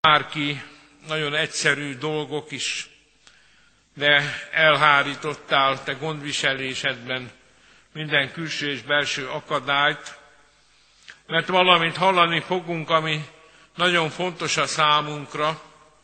bárki, nagyon egyszerű dolgok is, de elhárítottál te gondviselésedben minden külső és belső akadályt, mert valamit hallani fogunk, ami nagyon fontos a számunkra,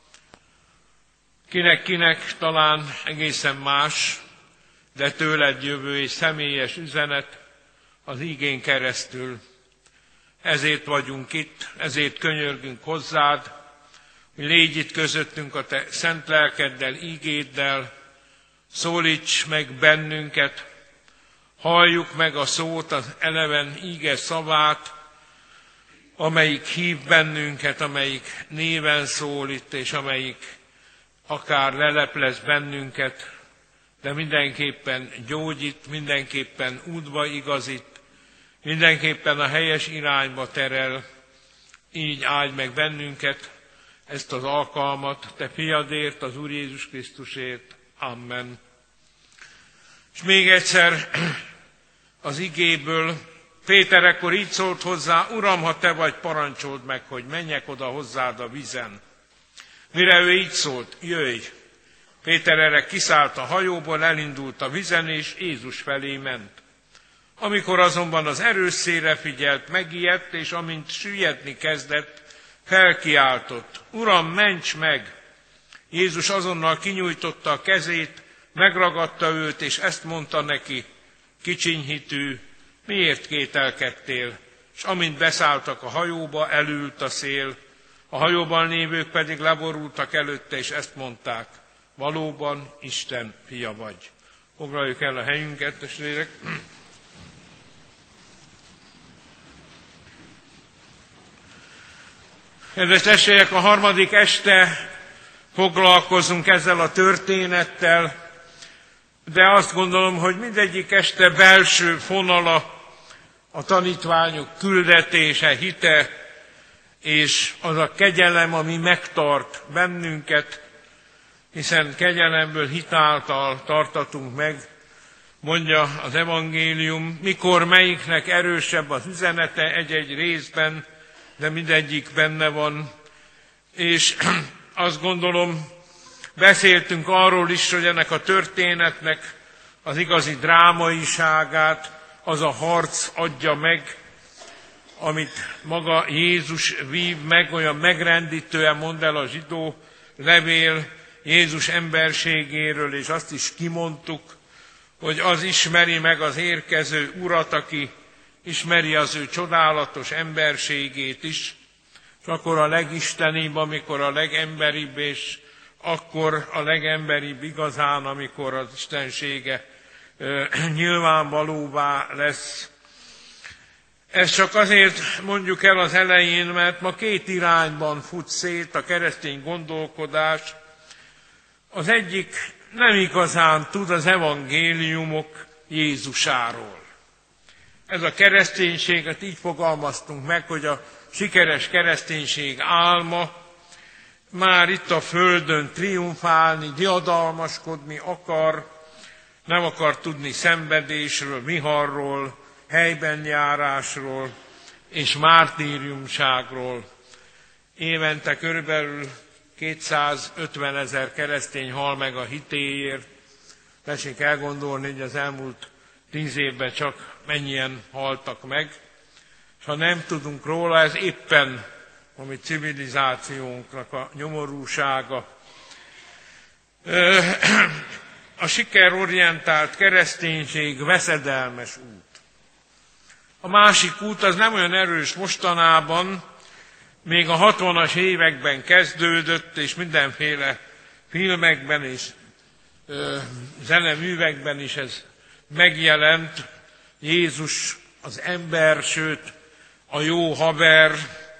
kinek talán egészen más, de tőled jövő és személyes üzenet az igén keresztül. Ezért vagyunk itt, ezért könyörgünk hozzád, hogy légy itt közöttünk a te szent lelkeddel, ígéddel, szólíts meg bennünket, halljuk meg a szót, az eleven íge szavát, amelyik hív bennünket, amelyik néven szólít, és amelyik akár leleplez bennünket, de mindenképpen gyógyít, mindenképpen útba igazít, mindenképpen a helyes irányba terel. Így áldj meg bennünket, ezt az alkalmat, te fiadért, az Úr Jézus Krisztusért. Amen. És még egyszer az igéből Péter ekkor így szólt hozzá: Uram, ha te vagy, parancsold meg, hogy menjek oda hozzád a vízen. Mire ő így szólt: jöjj! Péter erre kiszállt a hajóból, elindult a vízen, és Jézus felé ment. Amikor azonban az erős szélre figyelt, megijedt, és amint süllyedni kezdett, felkiáltott: Uram, ments meg! Jézus azonnal kinyújtotta a kezét, megragadta őt, és ezt mondta neki: kicsiny hitű, miért kételkedtél? És amint beszálltak a hajóba, elült a szél, a hajóban lévők pedig leborultak előtte, és ezt mondták: valóban Isten fia vagy. Foglaljuk el a helyünket, testvérek. Kedves testvérek, a harmadik este foglalkozunk ezzel a történettel, de azt gondolom, hogy mindegyik este belső fonala a tanítványok küldetése, hite, és az a kegyelem, ami megtart bennünket, hiszen kegyelemből, hit által tartatunk meg, mondja az evangélium, mikor melyiknek erősebb az üzenete egy-egy részben, de mindegyik benne van. És azt gondolom, beszéltünk arról is, hogy ennek a történetnek az igazi drámaiságát az a harc adja meg, amit maga Jézus vív meg, olyan megrendítően mond el a zsidó levél Jézus emberségéről, és azt is kimondtuk, hogy az ismeri meg az érkező Urat, aki ismeri az ő csodálatos emberségét is, és akkor a legistenibb, amikor a legemberibb, és akkor a legemberibb igazán, amikor az istensége nyilvánvalóvá lesz. Ezt csak azért mondjuk el az elején, mert ma két irányban fut szét a keresztény gondolkodás. Az egyik nem igazán tud az evangéliumok Jézusáról. Ez a kereszténységet így fogalmaztunk meg, hogy a sikeres kereszténység álma már itt a földön triumfálni, diadalmaskodni akar, nem akar tudni szenvedésről, viharról, helyben járásról és mártíriumságról. Évente körülbelül 250 000 keresztény hal meg a hitéért. Tessék elgondolni, hogy az elmúlt 10 évben csak mennyien haltak meg, és ha nem tudunk róla, ez éppen a mi civilizációnknak a nyomorúsága. A sikerorientált kereszténység veszedelmes út. A másik út az nem olyan erős mostanában, még a 60-as években kezdődött, és mindenféle filmekben és zeneművekben is ez megjelent. Jézus az ember, sőt a jó haver,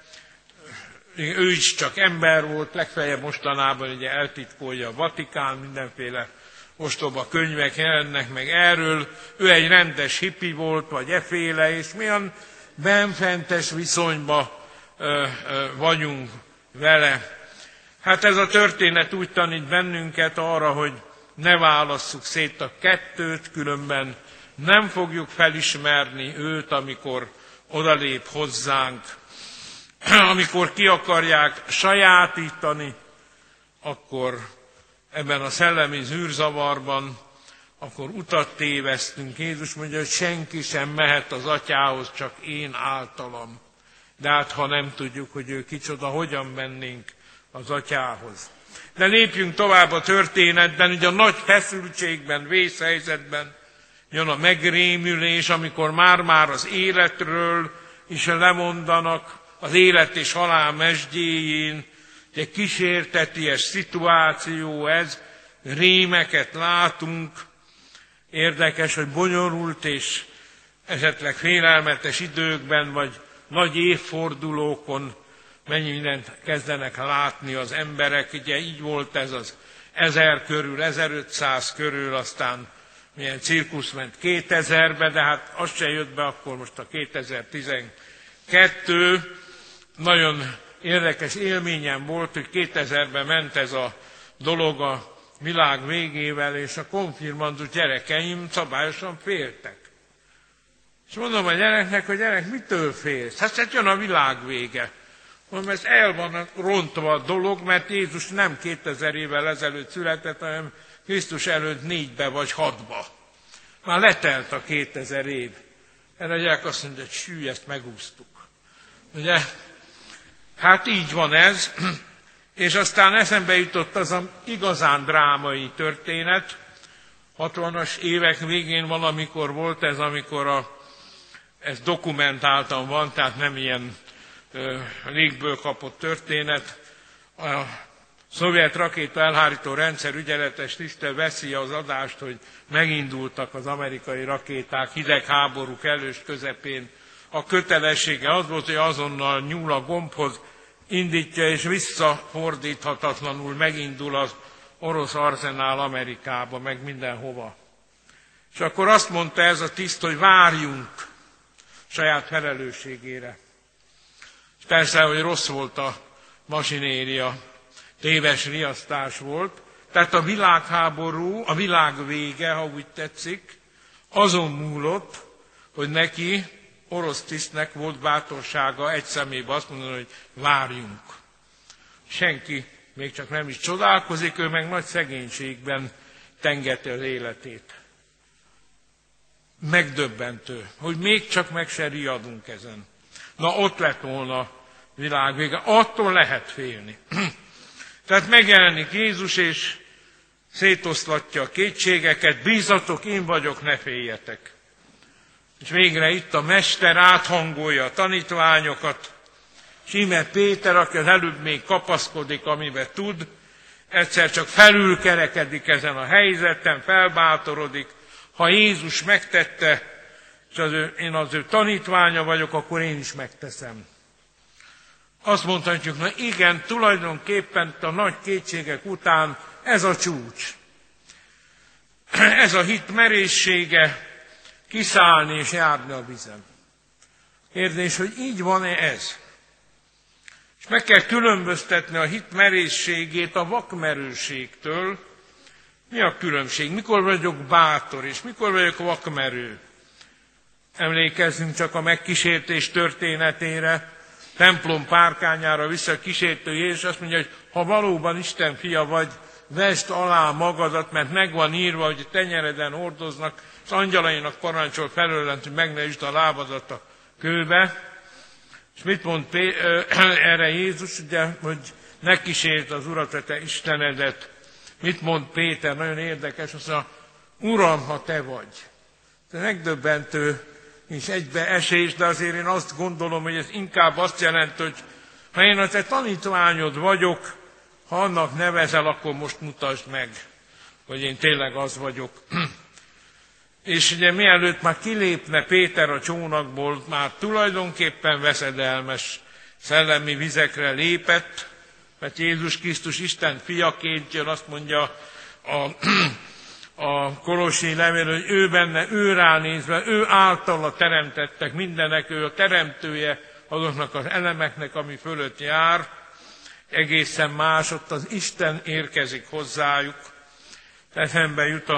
ő is csak ember volt, legfeljebb mostanában ugye eltitkolja a Vatikán, mindenféle ostoba könyvek jelennek meg erről, ő egy rendes hippi volt, vagy eféle, és milyen benfentes viszonyba vagyunk vele. Hát ez a történet úgy tanít bennünket arra, hogy ne válasszuk szét a kettőt, különben nem fogjuk felismerni őt, amikor odalép hozzánk. amikor ki akarják sajátítani, akkor ebben a szellemi zűrzavarban, akkor utat tévesztünk. Jézus mondja, hogy senki sem mehet az atyához, csak én általam. De hát, ha nem tudjuk, hogy ő kicsoda, hogyan mennénk az atyához. De lépjünk tovább a történetben, ugye a nagy feszültségben, vészhelyzetben jön a megrémülés, amikor már-már az életről is lemondanak, az élet és halál mesdjéjén. Egy kísérteties szituáció ez, rémeket látunk. Érdekes, hogy bonyolult és esetleg félelmetes időkben, vagy nagy évfordulókon mennyi mindent kezdenek látni az emberek. Ugye így volt ez az 1000 körül, 1500 körül, aztán milyen cirkusz ment 2000-be, de hát az se jött be akkor most a 2012. Nagyon érdekes élményem volt, hogy 2000-ben ment ez a dolog a világ végével, és a konfirmandus gyerekeim szabályosan féltek. És mondom a gyereknek, hogy gyerek, mitől félsz? Hát jön a világ vége. Mondom, ez el van rontva a dolog, mert Jézus nem 2000 évvel ezelőtt született, hanem Krisztus előtt 4-be vagy 6-ba. Már letelt a 2000 év. Erre a gyerek azt mondja, hogy sű, ezt megúsztuk. Ugye? Hát így van ez. És aztán eszembe jutott az a igazán drámai történet. 60-as évek végén valamikor volt ez, amikor ez dokumentáltan van, tehát nem ilyen légből kapott történet. A szovjet rakéta elhárító rendszer ügyeletes tiszte veszi az adást, hogy megindultak az amerikai rakéták hidegháború kellős közepén. A kötelessége az volt, hogy azonnal nyúl a gombhoz, indítja és visszafordíthatatlanul megindul az orosz arzenál Amerikába, meg mindenhova. És akkor azt mondta ez a tiszt, hogy várjunk saját felelősségére. És persze, hogy rossz volt a masinéria, téves riasztás volt, tehát a világháború, a világ vége, ha úgy tetszik, azon múlott, hogy neki, orosz tisztnek volt bátorsága egy személybe azt mondani, hogy várjunk. Senki még csak nem is csodálkozik, ő meg nagy szegénységben tengeti az életét. Megdöbbentő, hogy még csak meg se riadunk ezen. Na, ott lett volna világ vége. Attól lehet félni. Tehát megjelenik Jézus, és szétoszlatja a kétségeket, bízatok, én vagyok, ne féljetek. És végre itt a mester áthangolja a tanítványokat, és íme Péter, aki az előbb még kapaszkodik, amiben tud, egyszer csak felülkerekedik ezen a helyzeten, felbátorodik. Ha Jézus megtette, és én az ő tanítványa vagyok, akkor én is megteszem. Azt mondhatjuk, na igen, tulajdonképpen a nagy kétségek után ez a csúcs. Ez a hit merészsége, kiszállni és járni a vizen. Kérdés, hogy így van-e ez? És meg kell különböztetni a hit merészségét a vakmerőségtől. Mi a különbség? Mikor vagyok bátor, és mikor vagyok vakmerő? Emlékezzünk csak a megkísértés történetére, templom párkányára visszakísértő Jézus azt mondja, hogy ha valóban Isten fia vagy, vesd alá magadat, mert meg van írva, hogy tenyereden hordoznak, az angyalainak parancsol felőlent, hogy meg ne üsd a lábadat a kőbe. És mit mond erre Jézus, ugye, hogy ne kísérd az Urat, te Istenedet. Mit mond Péter? Nagyon érdekes, azt mondja, Uram, ha te vagy. Ez megdöbbentő és egybeesés, de azért én azt gondolom, hogy ez inkább azt jelenti, hogy ha én a te tanítványod vagyok, ha annak nevezel, akkor most mutasd meg, hogy én tényleg az vagyok. És ugye mielőtt már kilépne Péter a csónakból, már tulajdonképpen veszedelmes szellemi vizekre lépett, mert Jézus Krisztus Isten fiaként jön, azt mondja a Kolossi levél, hogy ő benne, ő ránézve, ő általa teremtettek mindenek, ő a teremtője azoknak az elemeknek, ami fölött jár, egészen más, ott az Isten érkezik hozzájuk. Eszembe jut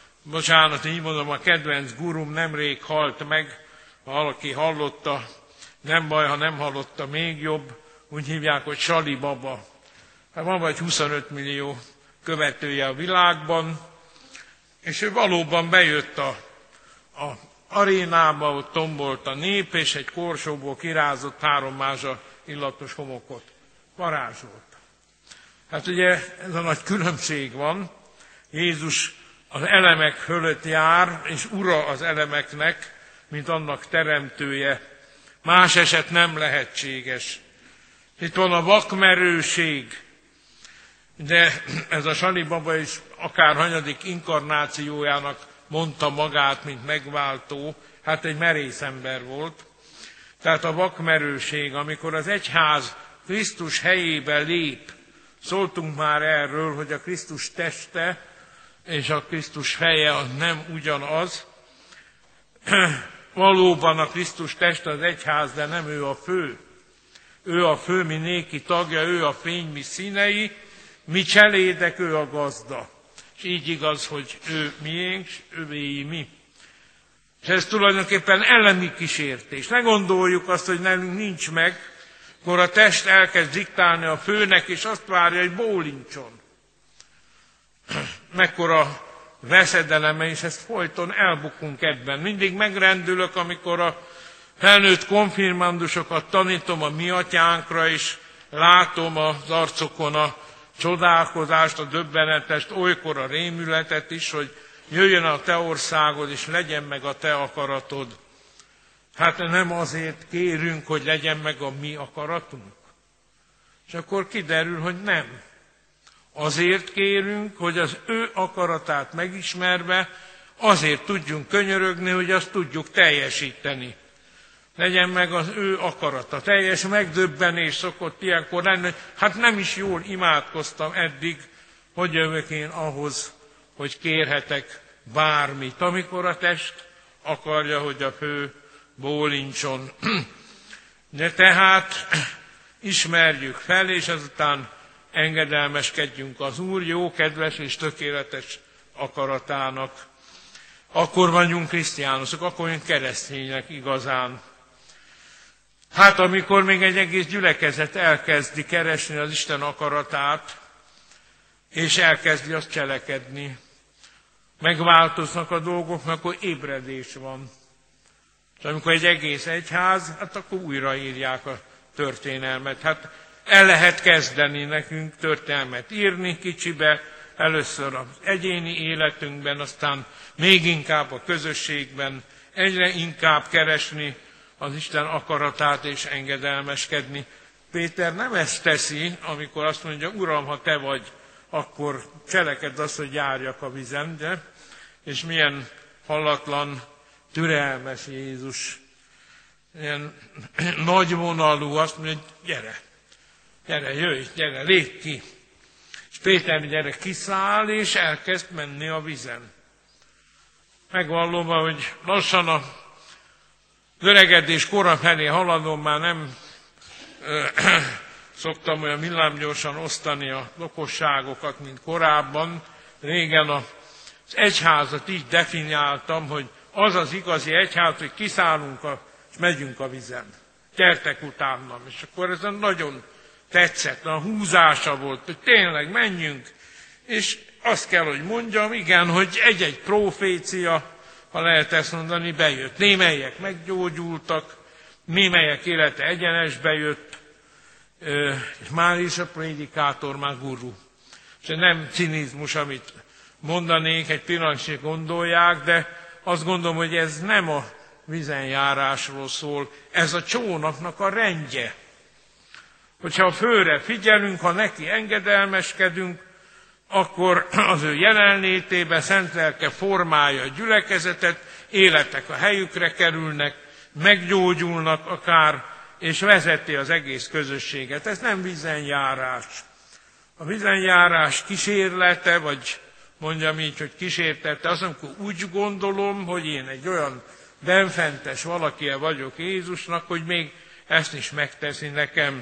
bocsánat, így mondom, a kedvenc gurum nemrég halt meg, ha valaki hallotta, nem baj, ha nem hallotta, még jobb, úgy hívják, hogy Sali Baba. Hát van vagy 25 millió követője a világban, és ő valóban bejött a arénába, ott tombolt a nép, és egy korsóból kirázott 3 mázsa illatos homokot varázsolt. Hát ugye ez a nagy különbség van, Jézus az elemek fölött jár, és ura az elemeknek, mint annak teremtője. Más eset nem lehetséges. Itt van a vakmerőség, de ez a Sali Baba is akár hanyadik inkarnációjának mondta magát, mint megváltó, hát egy merész ember volt. Tehát a vakmerőség, amikor az egyház Krisztus helyébe lép, szóltunk már erről, hogy a Krisztus teste és a Krisztus feje az nem ugyanaz. Valóban a Krisztus teste az egyház, de nem ő a fő. Ő a fő, mi néki tagja, ő a fény, mi színei, mi cselédek, ő a gazda. És így igaz, hogy ő miénk, és ővéi mi. És ez tulajdonképpen elleni kísértés. Ne gondoljuk azt, hogy nekünk nincs meg, akkor a test elkezd diktálni a főnek, és azt várja, hogy bólincson. Mekkora veszedeleme, és ezt folyton elbukunk ebben. Mindig megrendülök, amikor a felnőtt konfirmandusokat tanítom a mi atyánkra, és látom az arcokon a csodálkozást, a döbbenetest, olykor a rémületet is, hogy jöjjön a te országod, és legyen meg a te akaratod. Hát nem azért kérünk, hogy legyen meg a mi akaratunk. És akkor kiderül, hogy nem. Azért kérünk, hogy az ő akaratát megismerve, azért tudjunk könyörögni, hogy azt tudjuk teljesíteni. Legyen meg az ő akarata. Teljes megdöbbenés szokott ilyenkor lenni, hogy hát nem is jól imádkoztam eddig, hogy jövök én ahhoz, hogy kérhetek bármit, amikor a test akarja, hogy a fő bólincson. De tehát ismerjük fel, és azután engedelmeskedjünk az Úr jó, kedves és tökéletes akaratának. Akkor vagyunk krisztiánusok, akkor vagyunk keresztények igazán. Hát amikor még egy egész gyülekezet elkezdi keresni az Isten akaratát, és elkezdi azt cselekedni, megváltoznak a dolgok, mert akkor ébredés van. És amikor egy egész egyház, hát akkor újraírják a történelmet. Hát el lehet kezdeni nekünk történelmet írni kicsibe, először az egyéni életünkben, aztán még inkább a közösségben, egyre inkább keresni az Isten akaratát és engedelmeskedni. Péter nem ezt teszi, amikor azt mondja, Uram, ha te vagy, akkor cselekedd azt, hogy járjak a vizen, de, és milyen hallatlan, türelmes Jézus, ilyen nagyvonalú, azt mondja, hogy gyere, jöjj, gyere, lépj ki. És Péter gyere kiszáll, és elkezd menni a vizen. Megvallom, hogy lassan a öregedés kora felé haladom, már nem szoktam olyan villámgyorsan osztani a okosságokat, mint korábban. Régen az egyházat így definiáltam, hogy az az igazi egyház, hogy kiszállunk és megyünk a vizen. Gyertek utánam. És akkor ez nagyon tetszett, a húzása volt, hogy tényleg menjünk. És azt kell, hogy mondjam, igen, hogy egy-egy profécia, ha lehet ezt mondani, bejött. Némelyek meggyógyultak, némelyek élete egyenesbe jött, és már is a prédikátor, már guru. És nem cinizmus, amit mondanék, egy pillanatnyi gondolják, de azt gondolom, hogy ez nem a vizenjárásról szól, ez a csónaknak a rendje. Hogyha a főre figyelünk, ha neki engedelmeskedünk, akkor az ő jelenlétében szent lelke formálja a gyülekezetet, életek a helyükre kerülnek, meggyógyulnak akár, és vezeti az egész közösséget. Ez nem vizenjárás. A vizenjárás kísérlete, vagy mondjam így, hogy kísértette, az, amikor úgy gondolom, hogy én egy olyan benfentes valaki vagyok Jézusnak, hogy még ezt is megteszi nekem.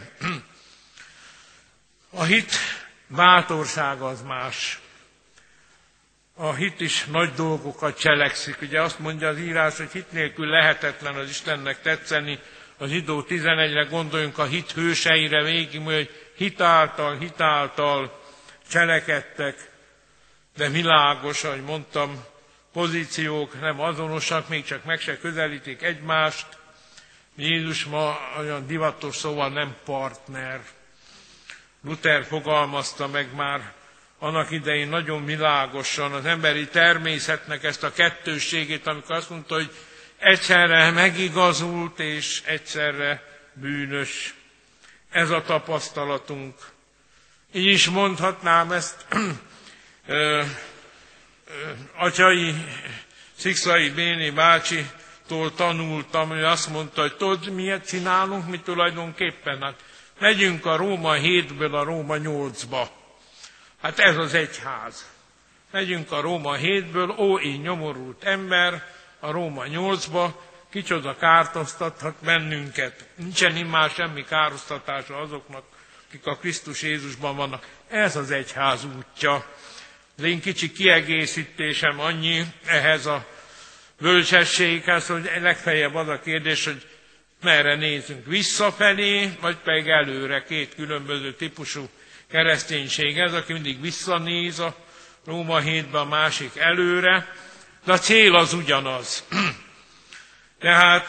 A hit bátorsága az más. A hit is nagy dolgokat cselekszik. Ugye azt mondja az írás, hogy hit nélkül lehetetlen az Istennek tetszeni. a Zsidó 11-re gondoljunk, a hit hőseire végig, hogy hitáltal cselekedtek, de világos, ahogy mondtam, pozíciók nem azonosak, még csak meg se közelítik egymást. Jézus ma olyan divatos szóval nem partner. Luther fogalmazta meg már annak idején nagyon világosan az emberi természetnek ezt a kettősségét, amikor azt mondta, hogy egyszerre megigazult és egyszerre bűnös. Ez a tapasztalatunk. Így is mondhatnám ezt, atyai Szikszai Béni bácsitól tanultam, hogy azt mondta, hogy tudod, miért csinálunk, mi tulajdonképpen? Hát megyünk a Róma 7-ből a Róma 8-ba. Hát ez az egyház. Megyünk a Róma 7-ből, én nyomorult ember, a Róma 8-ba, kicsoda kárhoztathat bennünket. Nincsen immár semmi károsztatása azoknak, akik a Krisztus Jézusban vannak. Ez az egyház útja. De én kicsi kiegészítésem annyi ehhez a bölcsességhez, hogy legfeljebb az a kérdés, hogy merre nézünk, visszafelé, vagy pedig előre. Két különböző típusú kereszténység ez, aki mindig visszanéz a Róma 7-be, a másik előre, de a cél az ugyanaz. Tehát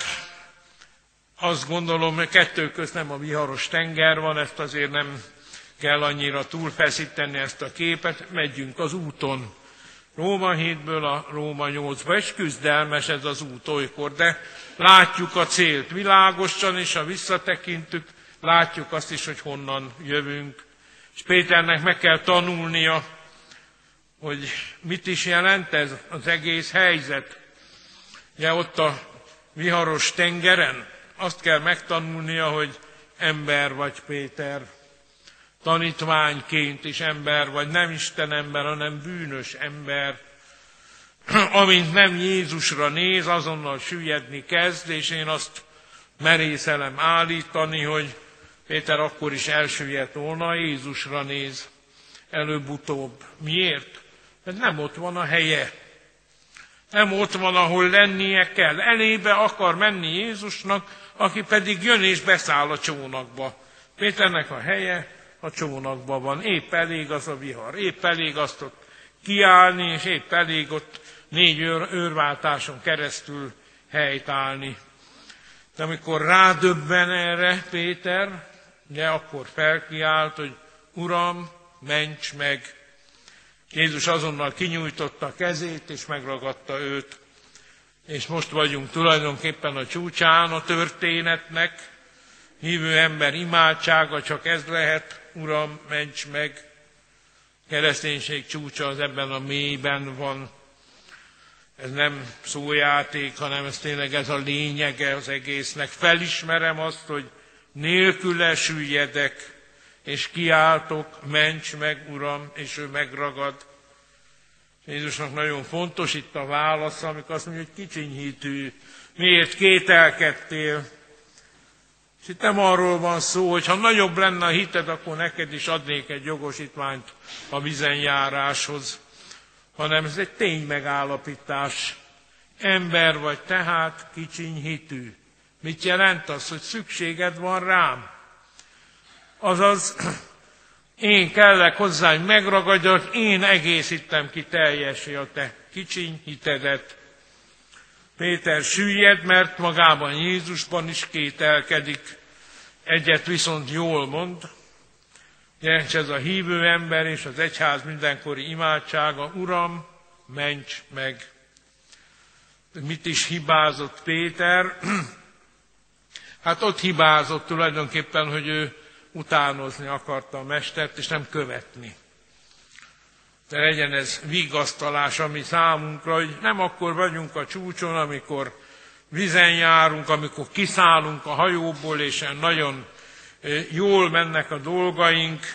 azt gondolom, hogy kettő közt nem a viharos tenger van, ezt azért nem kell annyira túlfeszíteni ezt a képet, megyünk az úton. Róma 7-ből a Róma 8-ba, és küzdelmes ez az út olykor, de látjuk a célt világosan, és ha visszatekintünk, látjuk azt is, hogy honnan jövünk. És Péternek meg kell tanulnia, hogy mit is jelent ez az egész helyzet. Ugye ott a viharos tengeren azt kell megtanulnia, hogy ember vagy Péter, tanítványként is ember vagy, nem Isten ember, hanem bűnös ember. Amint nem Jézusra néz, azonnal süllyedni kezd, és én azt merészelem állítani, hogy Péter akkor is elsüllyedt volna, Jézusra néz előbb-utóbb. Miért? Mert nem ott van a helye. Nem ott van, ahol lennie kell. Elébe akar menni Jézusnak, aki pedig jön és beszáll a csónakba. Péternek a helye a csónakban van. Épp elég az a vihar, épp elég azt ott kiállni, és épp elég ott 4 őrváltáson keresztül helytállni. De amikor rádöbben erre Péter, de akkor felkiált, hogy Uram, ments meg! Jézus azonnal kinyújtotta a kezét, és megragadta őt. És most vagyunk tulajdonképpen a csúcsán a történetnek. Hívő ember imádsága csak ez lehet, Uram, ments meg! Kereszténység csúcsa az ebben a mélyben van. Ez nem szójáték, hanem ez tényleg ez a lényege az egésznek. Felismerem azt, hogy nélküle süllyedek, és kiáltok, ments meg, Uram, és ő megragad. Jézusnak nagyon fontos itt a válasz, amikor azt mondja, hogy kicsinyhítő, miért kételkedtél? És itt nem arról van szó, hogy ha nagyobb lenne a hited, akkor neked is adnék egy jogosítványt a vizenjáráshoz, hanem ez egy ténymegállapítás. Ember vagy tehát kicsinyhitű. Mit jelent az, hogy szükséged van rám? Azaz, én kellek hozzá, hogy megragadjak, én egészítem ki teljessé a te kicsiny hitedet. Péter süllyed, mert magában Jézusban is kételkedik. Egyet viszont jól mond, és ez a hívő ember és az egyház mindenkori imádsága, Uram, ments meg! Mit is hibázott Péter? Hát ott hibázott tulajdonképpen, hogy ő utánozni akarta a mestert, és nem követni. De legyen ez vigasztalás, ami számunkra, hogy nem akkor vagyunk a csúcson, amikor vizen járunk, amikor kiszállunk a hajóból, és nagyon jól mennek a dolgaink.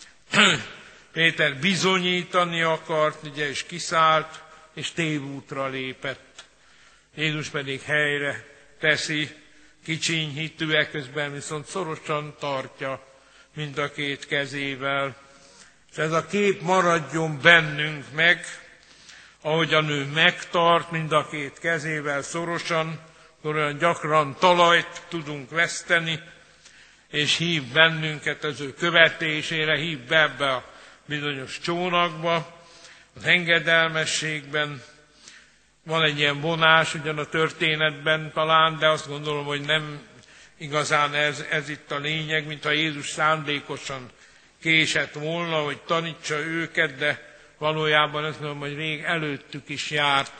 Péter bizonyítani akart, ugye, és kiszállt, és tévútra lépett. Jézus pedig helyre teszi, kicsinyhitű, eközben viszont szorosan tartja mind a két kezével. És ez a kép maradjon bennünk meg, ahogyan ő megtart mind a két kezével szorosan, akkor olyan gyakran talajt tudunk veszteni, és hív bennünket az ő követésére, hív be ebbe a bizonyos csónakba, az engedelmességben. Van egy ilyen vonás ugyan a történetben talán, de azt gondolom, hogy nem igazán ez itt a lényeg, mintha Jézus szándékosan késett volna, hogy tanítsa őket, de valójában azt mondom, hogy rég előttük is járt.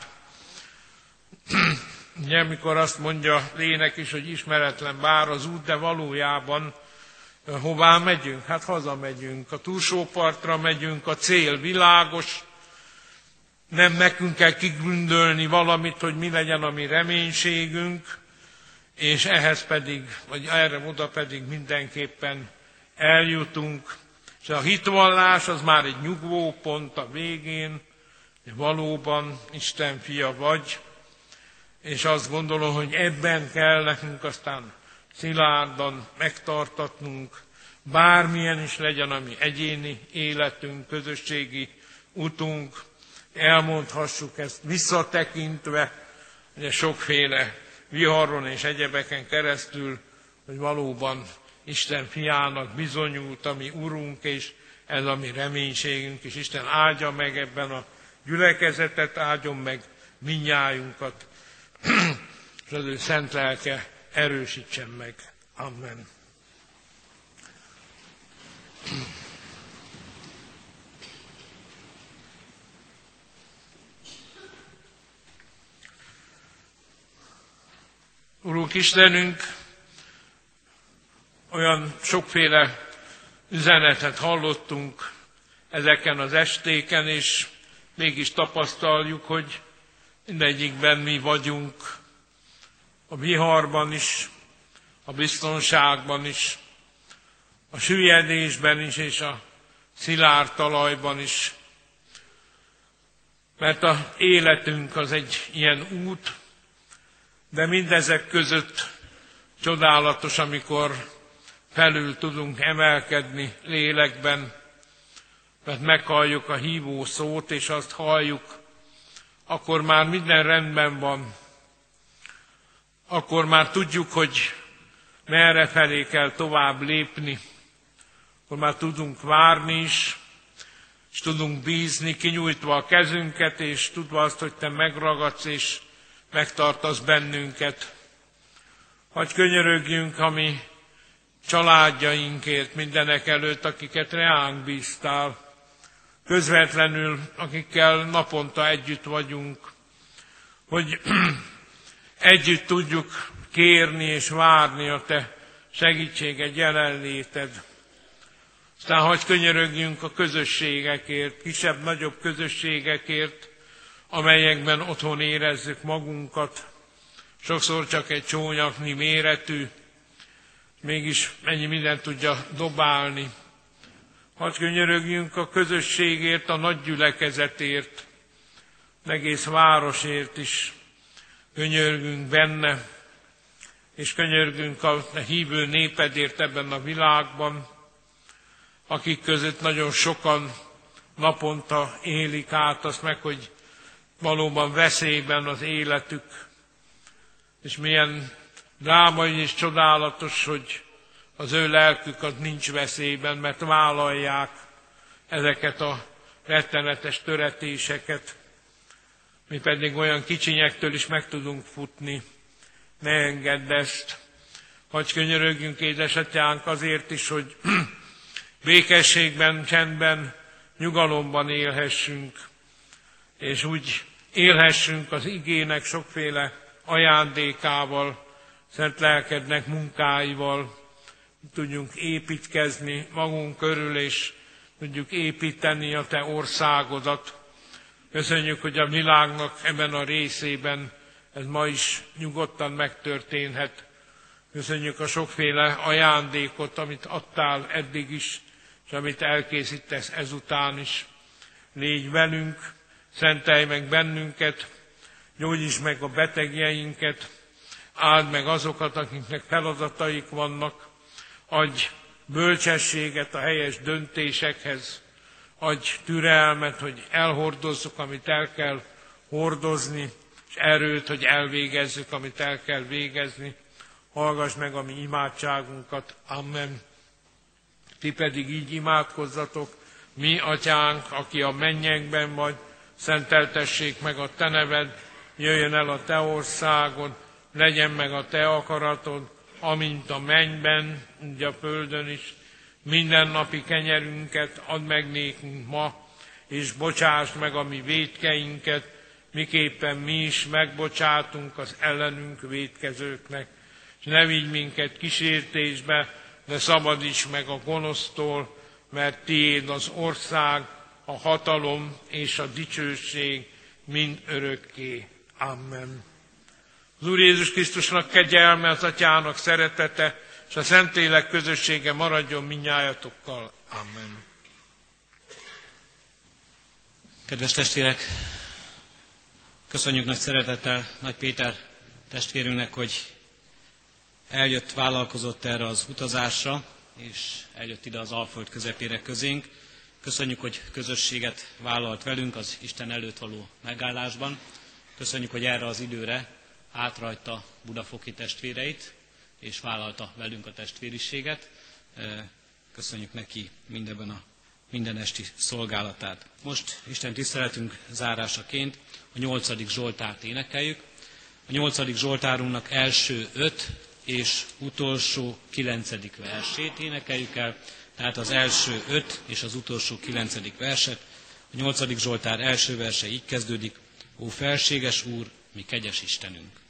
Ugye, amikor azt mondja Lének is, hogy ismeretlen bár az út, de valójában hová megyünk? Hát hazamegyünk, a túlsó partra megyünk, a cél világos, nem nekünk kell kigründölni valamit, hogy mi legyen a mi reménységünk, és ehhez pedig, vagy erre oda pedig mindenképpen eljutunk. És a hitvallás az már egy nyugvópont a végén, hogy valóban Isten fia vagy, és azt gondolom, hogy ebben kell nekünk aztán szilárdan megtartatnunk, bármilyen is legyen a mi egyéni életünk, közösségi utunk, elmondhassuk ezt visszatekintve, ugye sokféle viharon és egyebeken keresztül, hogy valóban Isten fiának bizonyult a mi Urunk, és ez a mi reménységünk, és Isten áldja meg ebben a gyülekezetet, áldjon meg mindnyájunkat, és az ő szent lelke erősítsen meg. Amen. Urunk Istenünk, olyan sokféle üzenetet hallottunk ezeken az estéken, és mégis tapasztaljuk, hogy mindegyikben mi vagyunk, a viharban is, a biztonságban is, a süllyedésben is, és a szilárd talajban is. Mert az életünk az egy ilyen út, de mindezek között csodálatos, amikor felül tudunk emelkedni lélekben, mert meghalljuk a hívó szót, és azt halljuk, akkor már minden rendben van. Akkor már tudjuk, hogy merre felé kell tovább lépni. Akkor már tudunk várni is, és tudunk bízni, kinyújtva a kezünket, és tudva azt, hogy Te megragadsz, és megtartasz bennünket. Hadd könyörögjünk a mi családjainkért mindenek előtt, akiket reánk bíztál, közvetlenül, akikkel naponta együtt vagyunk, hogy együtt tudjuk kérni és várni a Te segítséged, jelenléted. Aztán hadd könyörögjünk a közösségekért, kisebb-nagyobb közösségekért, amelyekben otthon érezzük magunkat, sokszor csak egy csónaknyi méretű, mégis mennyi mindent tudja dobálni. Hadd könyörögjünk a közösségért, a nagy gyülekezetért, egész városért is könyörgünk benne, és könyörgünk a hívő népedért ebben a világban, akik között nagyon sokan naponta élik át azt meg, hogy valóban veszélyben az életük, és milyen drámai és csodálatos, hogy az ő lelkük az nincs veszélyben, mert vállalják ezeket a rettenetes töretéseket. Mi pedig olyan kicsinyektől is meg tudunk futni. Ne engedd ezt. Hadd könyörögjünk, édesatyánk, azért is, hogy békességben, csendben, nyugalomban élhessünk, és úgy élhessünk az igének sokféle ajándékával, szent lelkednek munkáival, tudjunk építkezni magunk körül, és tudjuk építeni a Te országodat. Köszönjük, hogy a világnak ebben a részében ez ma is nyugodtan megtörténhet. Köszönjük a sokféle ajándékot, amit adtál eddig is, és amit elkészítesz ezután is. Légy velünk, szentelj meg bennünket, gyógyítsd meg a betegjeinket, áld meg azokat, akiknek feladataik vannak, adj bölcsességet a helyes döntésekhez, adj türelmet, hogy elhordozzuk, amit el kell hordozni, és erőt, hogy elvégezzük, amit el kell végezni. Hallgass meg a mi imádságunkat. Amen. Ti pedig így imádkozzatok: mi atyánk, aki a mennyekben vagy, szenteltessék meg a te neved, jöjjön el a te országod, legyen meg a te akaratod, amint a mennyben, úgy a földön is. Mindennapi kenyerünket add meg nékünk ma, és bocsásd meg a mi vétkeinket, miképpen mi is megbocsátunk az ellenünk vétkezőknek. És ne vigy minket kísértésbe, de szabadíts meg a gonosztól, mert tiéd az ország, a hatalom és a dicsőség mind örökké. Amen. Az Úr Jézus Krisztusnak kegyelme, az Atyának szeretete, és a Szentlélek közössége maradjon mindnyájatokkal. Amen. Kedves testvérek, köszönjük nagy szeretettel Nagy Péter testvérünknek, hogy eljött, vállalkozott erre az utazásra, és eljött ide az Alföld közepére közénk. Köszönjük, hogy közösséget vállalt velünk az Isten előtt való megállásban. Köszönjük, hogy erre az időre átrajta budafoki testvéreit, és vállalta velünk a testvériséget. Köszönjük neki mindebben a mindenesti szolgálatát. Most Isten tiszteletünk zárásaként a 8. Zsoltárt énekeljük. A 8. Zsoltárunknak első 5 és utolsó 9. versét énekeljük el, tehát az első 5 és az utolsó 9. verset. A 8. Zsoltár első verse így kezdődik: Ó felséges Úr, mi kegyes Istenünk!